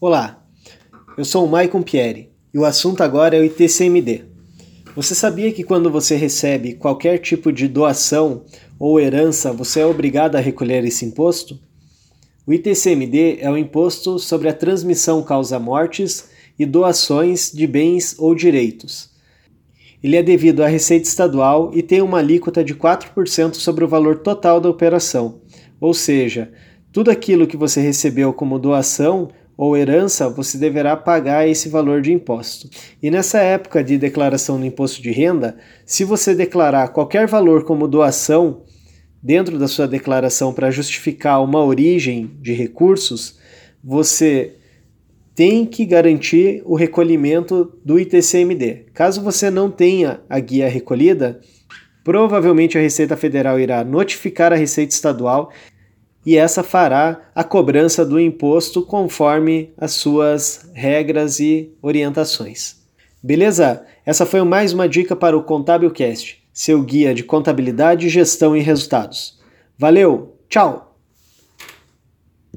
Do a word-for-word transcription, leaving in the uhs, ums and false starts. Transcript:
Olá, eu sou o Maicon Pieri e o assunto agora é o I T C M D. Você sabia que quando você recebe qualquer tipo de doação ou herança, você é obrigado a recolher esse imposto? O I T C M D é o imposto sobre a transmissão causa-mortes e doações de bens ou direitos. Ele é devido à Receita Estadual e tem uma alíquota de quatro por cento sobre o valor total da operação, ou seja, tudo aquilo que você recebeu como doação ou herança, você deverá pagar esse valor de imposto. E nessa época de declaração do imposto de renda, se você declarar qualquer valor como doação dentro da sua declaração para justificar uma origem de recursos, você tem que garantir o recolhimento do I T C M D. Caso você não tenha a guia recolhida, provavelmente a Receita Federal irá notificar a Receita Estadual e essa fará a cobrança do imposto conforme as suas regras e orientações. Beleza? Essa foi mais uma dica para o ContábilCast, seu guia de contabilidade, gestão e resultados. Valeu, tchau!